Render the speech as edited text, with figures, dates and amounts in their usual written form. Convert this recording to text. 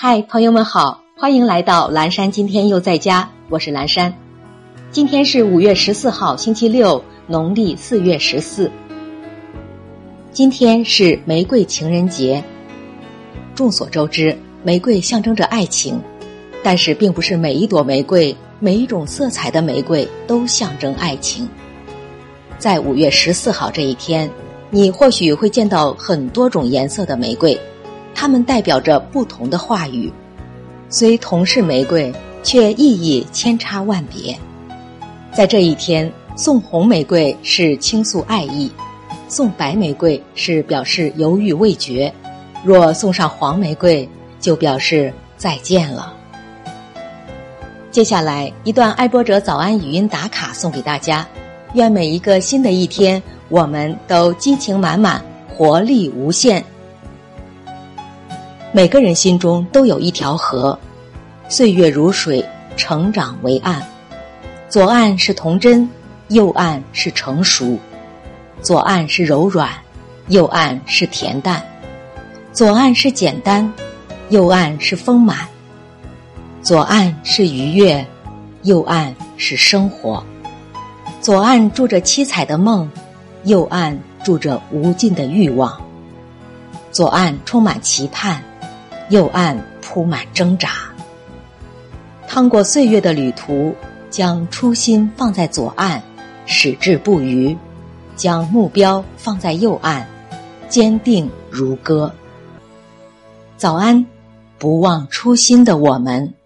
嗨，朋友们好，欢迎来到蓝山今天又在家，我是蓝山。今天是5月14号星期六，农历4月14。今天是玫瑰情人节。众所周知，玫瑰象征着爱情，但是并不是每一朵玫瑰，每一种色彩的玫瑰都象征爱情。在5月14号这一天，你或许会见到很多种颜色的玫瑰，它们代表着不同的话语，虽同是玫瑰，却意义千差万别。在这一天，送红玫瑰是倾诉爱意，送白玫瑰是表示犹豫未决，若送上黄玫瑰，就表示再见了。接下来一段爱播者早安语音打卡送给大家，愿每一个新的一天，我们都激情满满，活力无限。每个人心中都有一条河，岁月如水，成长为岸。左岸是童真，右岸是成熟；左岸是柔软，右岸是恬淡；左岸是简单，右岸是丰满；左岸是愉悦，右岸是生活；左岸住着七彩的梦，右岸住着无尽的欲望；左岸充满期盼，右岸铺满挣扎。趟过岁月的旅途，将初心放在左岸，矢志不渝；将目标放在右岸，坚定如歌。早安，不忘初心的我们。